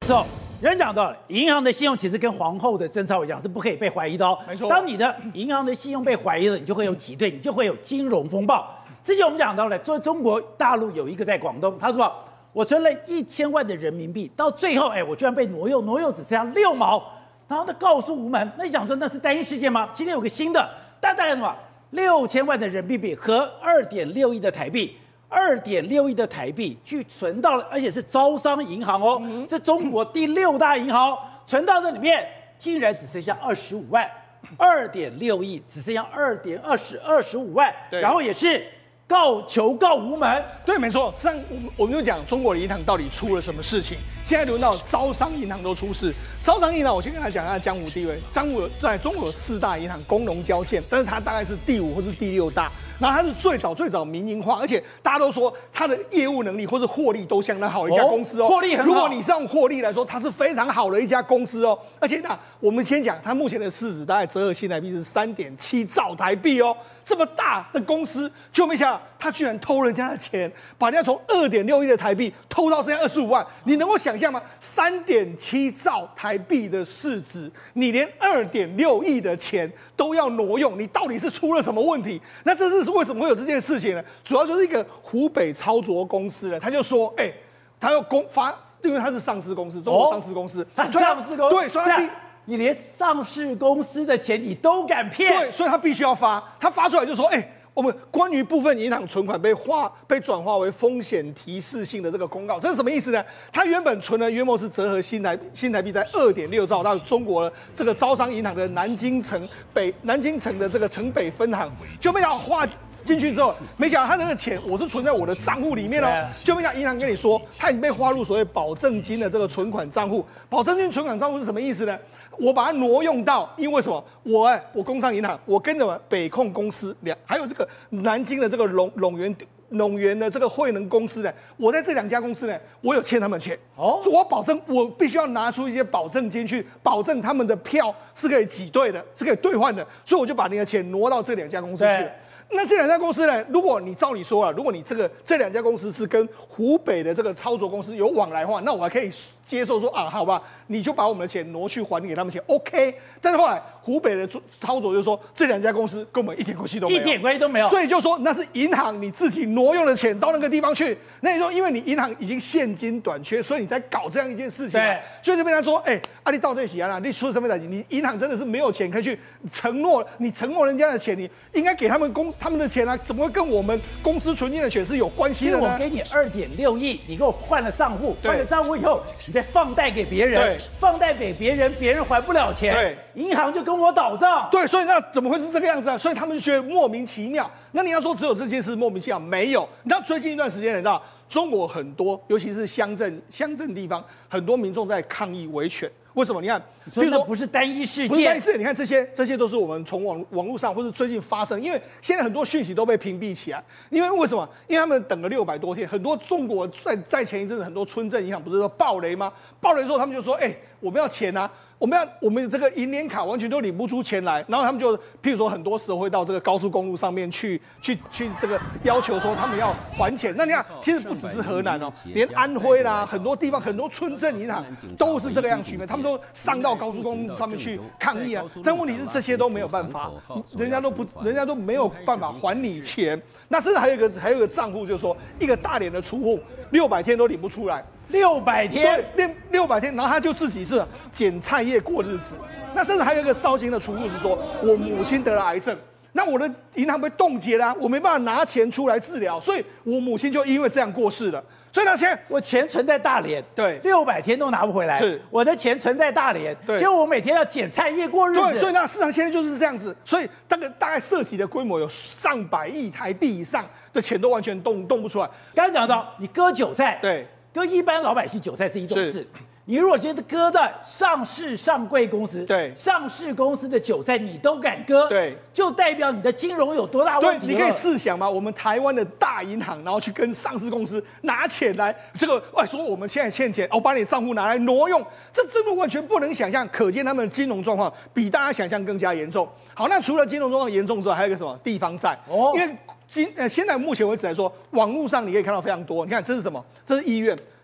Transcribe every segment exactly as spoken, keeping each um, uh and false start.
时候，有人讲到，银行的信用其实跟皇后的贞操一样，是不可以被怀疑的哦。 没错， 当你的银行的信用被怀疑了，你就会有挤兑，你就会有金融风暴。之前我们讲到了，说中国大陆有一个在广东，他说我存了一千万的人民币，到最后，哎，我居然被挪用，挪用只剩下六毛，然后他告诉无门。那你讲说那是单一事件吗？今天有个新的，大概什么？六千万的人民币和二点六亿的台币，二点六亿的台币去存到了，而且是招商银行哦，嗯、是中国第六大银行，存到这里面竟然只剩下二十五万，二点六亿只剩下二点二十二十五万，然后也是告求告无门。 对，没错。上我们我们就讲中国的银行到底出了什么事情。现在轮到招商银行都出事。招商银行，我先跟他讲它的江湖地位。江湖在中国有四大银行，工农交建，但是它大概是第五或是第六大。然后它是最早最早民营化，而且大家都说它的业务能力或是获利都相当好的一家公司哦。 获利很好。 如果你是用获利来说，它是非常好的一家公司哦。而且呢，我们先讲它目前的市值，大概折合新台币是三点七兆台币哦。这么大的公司，就没想到他居然偷人家的钱，把人家从二点六亿的台币偷到剩下二十五万。你能够想象吗？三点七兆台币的市值，你连二点六亿的钱都要挪用，你到底是出了什么问题？那这是为什么会有这件事情呢？主要就是一个湖北超卓公司呢，他就说，哎、欸，他要公发，因为他是上市公司，中国上市公司， 他、哦、上市公司， 对，所以他必。 你连上市公司的钱你都敢骗？ 对，所以他必须要发。他发出来就说：“哎、欸，我们关于部分银行存款被化被转化为风险提示性的这个公告，这是什么意思呢？他原本存的约莫是折合新台新台币在二点六兆到中国这个招商银行的南京城北南京城的这个城北分行，就没想到花进去之后，没想到他这个钱我是存在我的账户里面哦，就没想到银行跟你说他已经被划入所谓保证金的这个存款账户。保证金存款账户是什么意思呢？”我把它挪用到，因为什么？我哎，我工商银行，我跟着北控公司两，还有这个南京的这个龙龙源龙源的这个汇能公司呢，我在这两家公司呢，我有欠他们钱哦，所以我保证我必须要拿出一些保证金去保证他们的票是可以挤兑的，是可以兑换的，所以我就把你的钱挪到这两家公司去了。那这两家公司呢？如果你照理说啊，如果你这个这两家公司是跟湖北的这个超卓公司有往来的话，那我还可以接受说啊，好吧，你就把我们的钱挪去还给他们钱 ，OK。但是后来湖北的超卓就说这两家公司跟我们一点关系都没有， 一点关系都没有， 所以就说那是银行你自己挪用的钱到那个地方去。那你说，因为你银行已经现金短缺，所以你在搞这样一件事情、啊，对，所以就被他说，哎、欸，啊，你到这起啊，你出了什么问题？你银行真的是没有钱可以去承诺，你承诺人家的钱，你应该给他们公。他们的钱啊，怎么会跟我们公司存进的钱是有关系的呢？ 我给你二点六亿，你给我换了账户，换了账户以后，你再放贷给别人，放贷给别人，别人还不了钱，对，银行就跟我倒账。 对，所以那怎么会是这个样子啊？所以他们就觉得莫名其妙。那你要说只有这件事莫名其妙，没有。你知道最近一段时间，你知道中国很多，尤其是乡镇乡镇地方，很多民众在抗议维权。为什么？你看， 所以说不是单一事件， 不是单一事件。你看这些，这些都是我们从网网络上或是最近发生，因为现在很多讯息都被屏蔽起来。因为为什么？因为他们等了六百多天，很多中国在在前一阵子很多村镇银行不是说爆雷吗？爆雷之后，他们就说：“哎、欸，我们要钱啊！”我们要我们这个银联卡完全都领不出钱来，然后他们就，譬如说很多时候会到这个高速公路上面去去去这个要求说他们要还钱。那你看，其实不只是河南哦，连安徽啦，很多地方很多村镇银行都是这个样局面，他们都上到高速公路上面去抗议啊。但问题是这些都没有办法，人家都不，人家都没有办法还你钱。那甚至还有一个还有一个账户，就是说一个大连的储户六百天都领不出来。 六百天， 对，六六百天，然后他就自己是捡菜叶过日子。那甚至还有一个绍兴的储户是说，我母亲得了癌症，那我的银行被冻结了、啊，我没办法拿钱出来治疗，所以我母亲就因为这样过世了。所以呢，现在我钱存在大连， 对， 六百天都拿不回来。 是， 我的钱存在大连， 对， 结果我每天要捡菜叶过日子。 对，所以呢，市场现在就是这样子。所以这个大概涉及的规模有上百亿台币以上的钱都完全动动不出来。 刚刚讲到你割韭菜， 对。 割一般老百姓韭菜是一种事，你如果觉得割在上市上柜公司， 对上市公司的韭菜你都敢割， 对， 就代表你的金融有多大问题了。 对，你可以试想嘛，我们台湾的大银行，然后去跟上市公司拿钱来，这个哎说我们现在欠钱，我把你账户拿来挪用，这真的完全不能想象，可见他们的金融状况比大家想象更加严重。好，那除了金融状况严重之外，还有一个什么地方债？哦，因为今呃现在目前为止来说，网络上你可以看到非常多。你看这是什么？这是医院。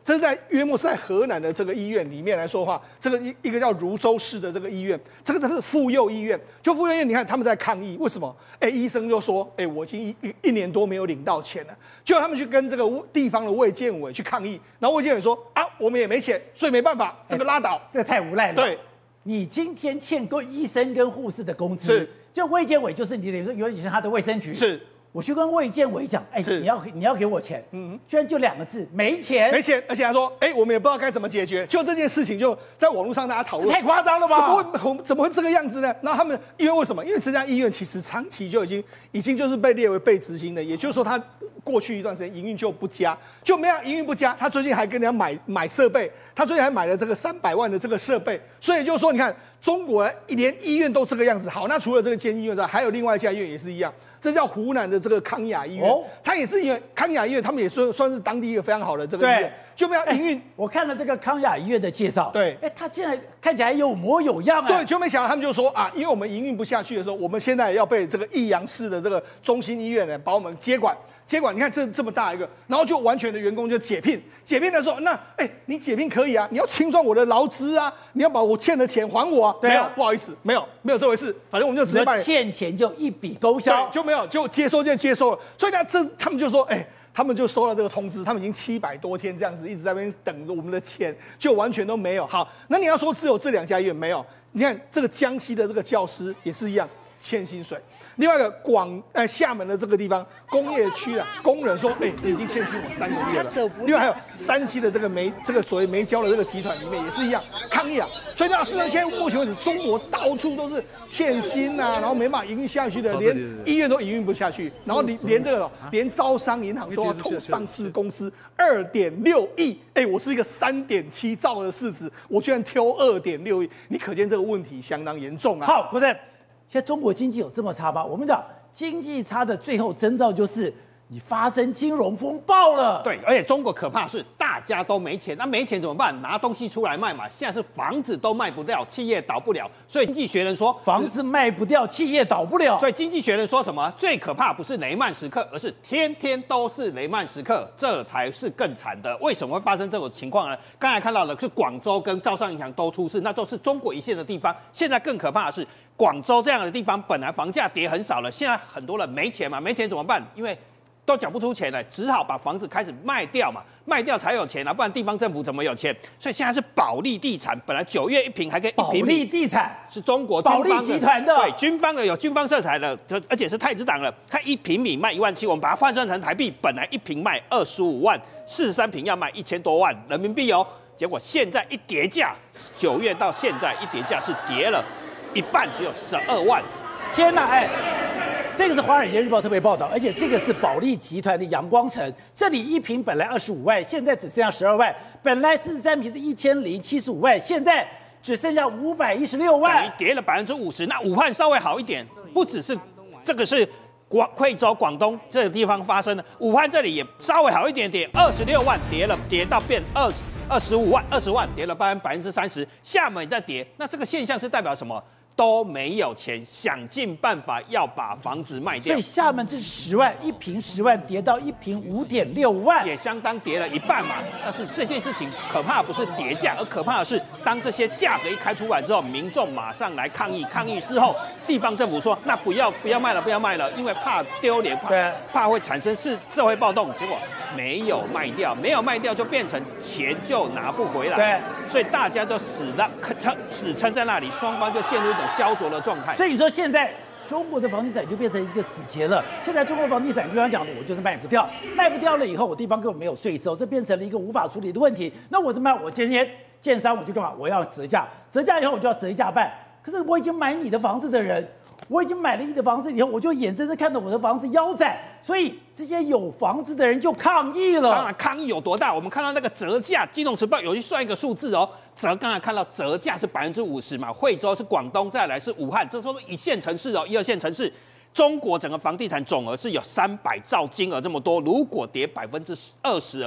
这是在约莫是在河南的这个医院里面来说的话，这个一一个叫泸州市的这个医院，这个真的是妇幼医院。就妇幼医院，你看他们在抗议，为什么？哎，医生就说，哎，我已经一一一年多没有领到钱了，结果他们去跟这个地方的卫健委去抗议，然后卫健委说啊，我们也没钱，所以没办法，这个拉倒， 这个太无赖了。 对， 你今天欠够医生跟护士的工资， 是， 就卫健委就是你等于说有点像他的卫生局， 是。 我去跟卫健委讲，哎，你要你要给我钱，嗯，居然就两个字，没钱， 没钱，而且他说，哎，我们也不知道该怎么解决，就这件事情就在网络上大家讨论， 太夸张了吧？ 怎么会怎么会这个样子呢？然后他们因为为什么？因为这家医院其实长期就已经已经就是被列为被执行的，也就是说他过去一段时间营运就不佳，就没有营运不佳，他最近还跟人家买买设备，他最近还买了这个三百万的这个设备，所以就是说，你看中国连医院都这个样子，好，那除了这个间医院之外，还有另外一家医院也是一样。这叫湖南的这个康雅医院，哦、它也是因为康雅医院，他们也算算是当地一个非常好的这个医院，就没有营运。 我看了这个康雅医院的介绍， 对， 哎，他现在看起来有模有样啊。 对，就没想到他们就说啊，因为我们营运不下去的时候，我们现在要被这个益阳市的这个中心医院呢把我们接管。接管，你看这这么大一个，然后就完全的员工就解聘，解聘的时候，那哎，你解聘可以啊，你要清算我的劳资啊，你要把我欠的钱还我啊。 对啊， 没有，不好意思，没有没有这回事，反正我们就直接把欠钱就一笔勾销， 就没有就接收就接收了。所以呢，这他们就说，哎，他们就收了这个通知，他们已经七百多天这样子一直在那边等着我们的钱，就完全都没有。好，那你要说只有这两家医院没有，你看这个江西的这个教师也是一样欠薪水。另外一个广呃厦门的这个地方工业区啊，工人说，哎、欸，你已经欠薪我三个月了。另外还有山西的这个煤这个所谓煤焦的这个集团里面也是一样抗议啊。所以呢，事实上现在目前为止，中国到处都是欠薪啊，然后没办法营运下去的，连医院都营运不下去，然后连连这个连招商银行都要投上市公司二点六亿。哎、欸，我是一个三点七兆的市值，我居然挑二点六亿，你可见这个问题相当严重啊。 好，国正。现在中国经济有这么差吗？我们讲经济差的最后征兆就是你发生金融风暴了。 对，而且中国可怕的是大家都没钱，那没钱怎么办？拿东西出来卖嘛。现在是房子都卖不掉，企业倒不了，所以经济学人说房子卖不掉，企业倒不了。 所以经济学人说什么？最可怕不是雷曼时刻，而是天天都是雷曼时刻，这才是更惨的。为什么会发生这种情况呢？刚才看到的是广州跟招商银行都出事，那都是中国一线的地方。现在更可怕的是。广州这样的地方本来房价跌很少了，现在很多人没钱嘛，没钱怎么办？因为都缴不出钱了，只好把房子开始卖掉嘛，卖掉才有钱啊，不然地方政府怎么有钱？所以现在是保利地产，本来九月一平还可以一平米， 保利地产是中国保利集团的， 对，军方的有军方色彩的，而且是太子党了，它一平米卖一万七，我们把它换算成台币，本来一平卖二十五万，四十三平要卖一千多万人民币哦，结果现在一跌价，九月到现在一跌价是跌了。一半只有十二万， 天哪！哎，这个是《华尔街日报》特别报道，而且这个是保利集团的阳光城，这里一平本来二十五万，现在只剩下十二万；本来四十三平是一千零七十五万，现在只剩下五百一十六万， 跌了百分之五十。那武汉稍微好一点，不只是这个是广贵州、广东这个地方发生的，武汉这里也稍微好一点点，二十六万跌了，跌到变二十二十五万，二十万跌了百分之三十。厦门也在跌，那这个现象是代表什么？都没有钱，想尽办法要把房子卖掉。 所以厦门这十万一平十万跌到一平五点六万， 也相当跌了一半嘛。但是这件事情可怕不是跌价，而可怕的是当这些价格一开出来之后，民众马上来抗议。抗议之后，地方政府说那不要不要卖了，不要卖了，因为怕丢脸，怕怕会产生是社会暴动。结果没有卖掉，没有卖掉就变成钱就拿不回来。 对， 所以大家就死了，撑死撑在那里，双方就陷入一种焦灼的状态。 所以你说现在中国的房地产就变成一个死结了。现在中国房地产就像讲的，我就是卖不掉，卖不掉了以后，我地方根本没有税收，这变成了一个无法处理的问题。那我怎么办？我今天建商我就干嘛？我要折价，折价以后我就要折价办。可是我已经买你的房子的人，我已经买了你的房子以后，我就眼睁睁看着我的房子腰斩，所以这些有房子的人就抗议了。 当然，抗议有多大？我们看到那个折价，《金融时报》有去算一个数字哦，折刚才看到折价是百分之五十嘛，惠州是广东，再来是武汉，这时候是一线城市哦，一二线城市。中国整个房地产总额是有三百兆金额这么多，如果跌百分之二十而已，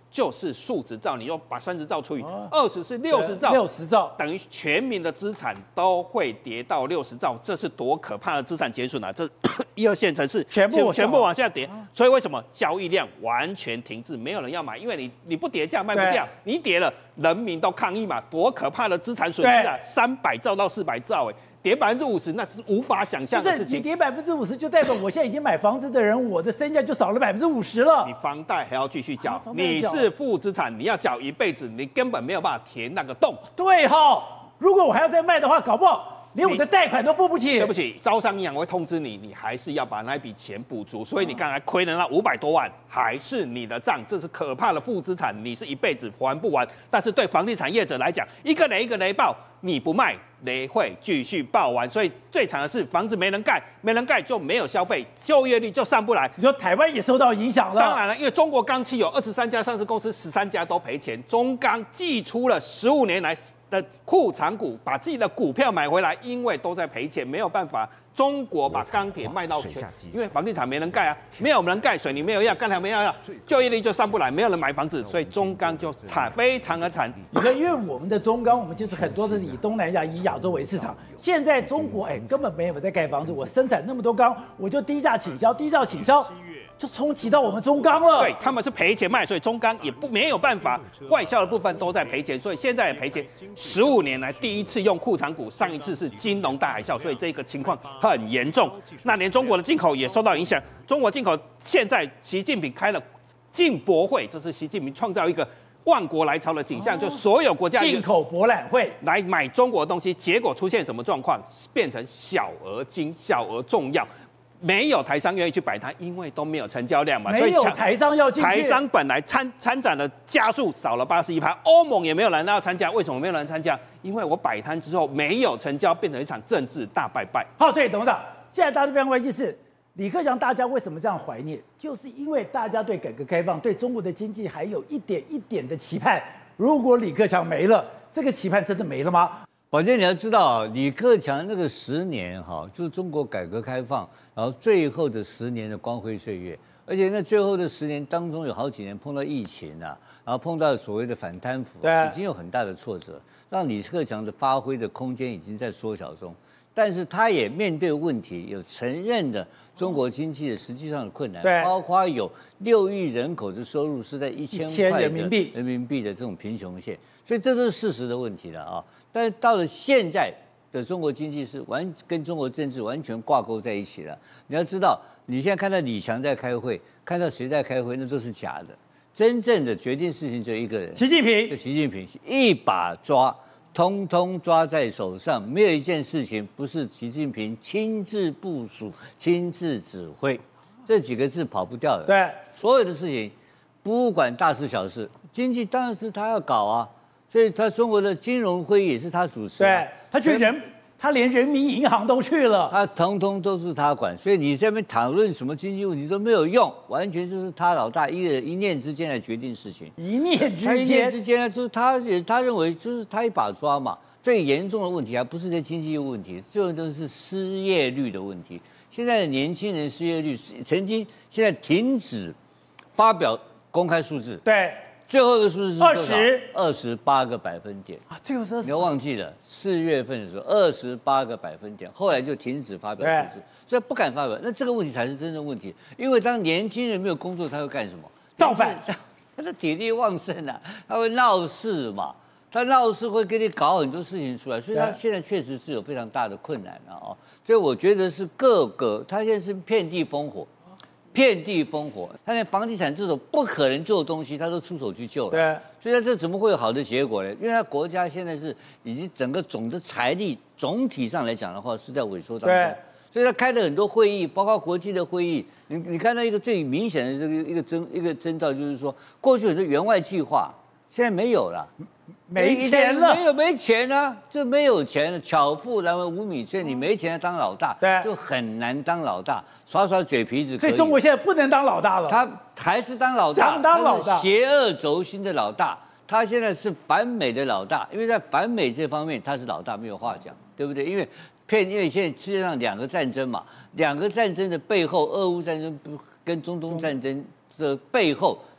就是数十兆，你又把三十兆除以二十是六十兆， 六十兆等于全民的资产都会跌到六十兆，这是多可怕的资产减损啊！这一二线城市全部全部往下跌，所以为什么交易量完全停滞，没有人要买？因为你你不跌价卖不掉，你跌了，人民都抗议嘛，多可怕的资产损失啊！三百兆到四百兆，哎。跌百分之五十，那是无法想象的事情。 你跌百分之五十，就代表我现在已经买房子的人，我的身价就少了百分之五十了。 你房贷还要继续缴，你是负资产，你要缴一辈子，你根本没有办法填那个洞。 对哈，如果我还要再卖的话，搞不好连我的贷款都付不起。 对不起，招商银行会通知你，你还是要把那一笔钱补足。所以你刚才亏了那五百多万，还是你的账，这是可怕的负资产，你是一辈子还不完。但是对房地产业者来讲，一个雷一个雷爆。你不卖，雷会继续爆完，所以最惨的是房子没人盖，没人盖就没有消费，就业率就上不来。 你说台湾也受到影响了？ 当然了，因为中国钢企有二十三家上市公司，十三家都赔钱。中钢祭出了十五年来的库藏股，把自己的股票买回来，因为都在赔钱，没有办法。中国把钢铁卖到全，因为房地产没人盖啊，没有人盖，水泥没有要，钢铁没有要，就业率就上不来，没有人买房子，所以中钢就惨，非常的惨。 你看，因为我们的中钢，我们就是很多是以东南亚、以亚洲为市场。现在中国哎根本没有在盖房子，我生产那么多钢，我就低价倾销，低价倾销。就冲击到我们中钢了， 对，他们是赔钱卖，所以中钢也不没有办法，外销的部分都在赔钱，所以现在也赔钱。十五年来第一次用库藏股，上一次是金融大海啸，所以这个情况很严重。那连中国的进口也受到影响，中国进口现在习近平开了进博会，这是习近平创造一个万国来朝的景象，就所有国家进口博览会来买中国的东西，结果出现什么状况？变成小额金、小额重要。没有台商愿意去摆摊，因为都没有成交量嘛。 没有台商要进去。 台商本来参参展的家数少了八十一趴，欧盟也没有人要参加。为什么没有人参加？因为我摆摊之后没有成交，变成一场政治大拜拜。 好，所以董事长，现在大家非常关心是李克强，大家为什么这样怀念？就是因为大家对改革开放、对中国的经济还有一点一点的期盼。如果李克强没了，这个期盼真的没了吗？ 宝剑，你要知道，李克强那个十年哈，就是中国改革开放，然后最后的十年的光辉岁月，而且那最后的十年当中有好几年碰到疫情啊，然后碰到所谓的反贪腐，已经有很大的挫折，让李克强的发挥的空间已经在缩小中。但是他也面对问题，有承认的中国经济的实际上的困难，包括有六亿人口的收入是在一千块人民币人民币的这种贫穷线，所以这都是事实的问题了啊。但是到了现在的中国经济是完跟中国政治完全挂钩在一起了。你要知道，你现在看到李强在开会，看到谁在开会，那都是假的。真正的决定事情就一个人， 习近平， 就习近平一把抓。通通抓在手上，没有一件事情不是习近平亲自部署、亲自指挥，这几个字跑不掉的。 对， 所有的事情，不管大事小事，经济当然是他要搞啊，所以他中国的金融会议也是他主持、啊。 对，他去人，他连人民银行都去了， 他通通都是他管，所以你这边讨论什么经济问题都没有用，完全就是他老大一一念之间来决定事情。 一念之间， 一念之间呢，就是他也他认为就是他一把抓嘛。最严重的问题还不是这经济问题，最重要是失业率的问题。现在的年轻人失业率曾经现在停止发表公开数字， 对。 最后的数字是二十二十八个百分点啊，这个是你要忘记了，四月份的时候二十八个百分点，后来就停止发表数字，所以不敢发表。那这个问题才是真正问题，因为当年轻人没有工作，他会干什么？ 造反， 他的体力旺盛啊，他会闹事嘛，他闹事会给你搞很多事情出来，所以他现在确实是有非常大的困难啊、哦。所以我觉得是各个，他现在是遍地烽火。遍地烽火，他连房地产这种不可能救的东西，他都出手去救了。 对， 所以他这怎么会有好的结果呢？因为他国家现在是以及整个总的财力总体上来讲的话，是在萎缩当中。所以他开了很多会议，包括国际的会议。你你看到一个最明显的这个一个征一个征兆，就是说过去很多援外计划，现在没有了。 没钱了， 没有没钱啊，就没有钱了。巧妇难为无米之炊，你没钱当老大， 对， 就很难当老大。耍耍嘴皮子可以， 所以中国现在不能当老大了。 他还是当老大， 想当老大， 邪恶轴心的老大。他现在是反美的老大，因为在反美这方面他是老大，没有话讲，对不对？因为骗，因为现在世界上两个战争嘛，两个战争的背后，俄乌战争跟中东战争的背后。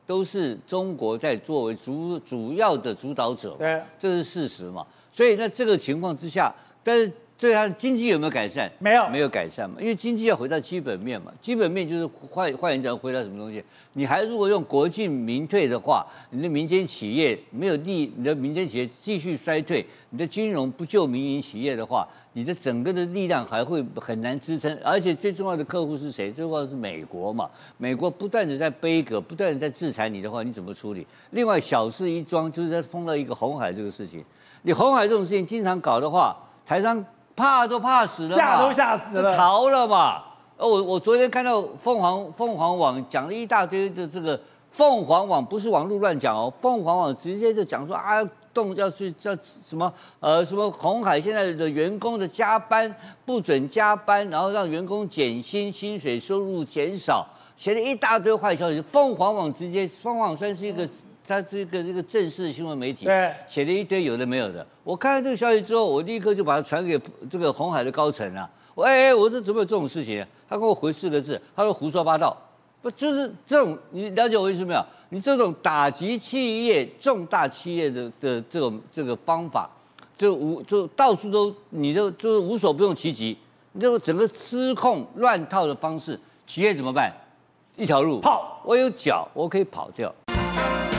都是中国在作为主主要的主导者， 对， 这是事实嘛。所以在这个情况之下，但是对它的经济有没有改善？ 没有， 没有改善嘛，因为经济要回到基本面嘛，基本面就是换换言讲，回到什么东西？你还如果用国进民退的话，你的民间企业没有利，你的民间企业继续衰退，你的金融不救民营企业的话，你的整个的力量还会很难支撑，而且最重要的客户是谁？最重要的是美国嘛，美国不断的在背锅，不断的在制裁你的话，你怎么处理？另外小事一桩，就是在碰到一个鸿海这个事情，你鸿海这种事情经常搞的话，台商。怕都怕死了嘛， 吓都吓死了， 逃了嘛。哦，我我昨天看到凤凰凤凰网讲了一大堆的这个凤凰网不是网络乱讲哦，凤凰网直接就讲说啊，动要去叫什么呃什么鸿海现在的员工的加班不准加班，然后让员工减薪，薪水收入减少，写了一大堆坏消息。凤凰网直接凤凰网算是一个。他这个这个正式的新闻媒体写了一堆有的没有的，我看到这个消息之后，我立刻就把它传给这个鸿海的高层啊。我哎哎，我说怎么有这种事情？他跟我回四个字，他说胡说八道。不就是这种？你了解我意思没有？你这种打击企业、重大企业的的这种这个方法，就无就到处都你就就是无所不用其极。你这个整个失控乱套的方式，企业怎么办？一条路， 跑。 我有脚，我可以跑掉。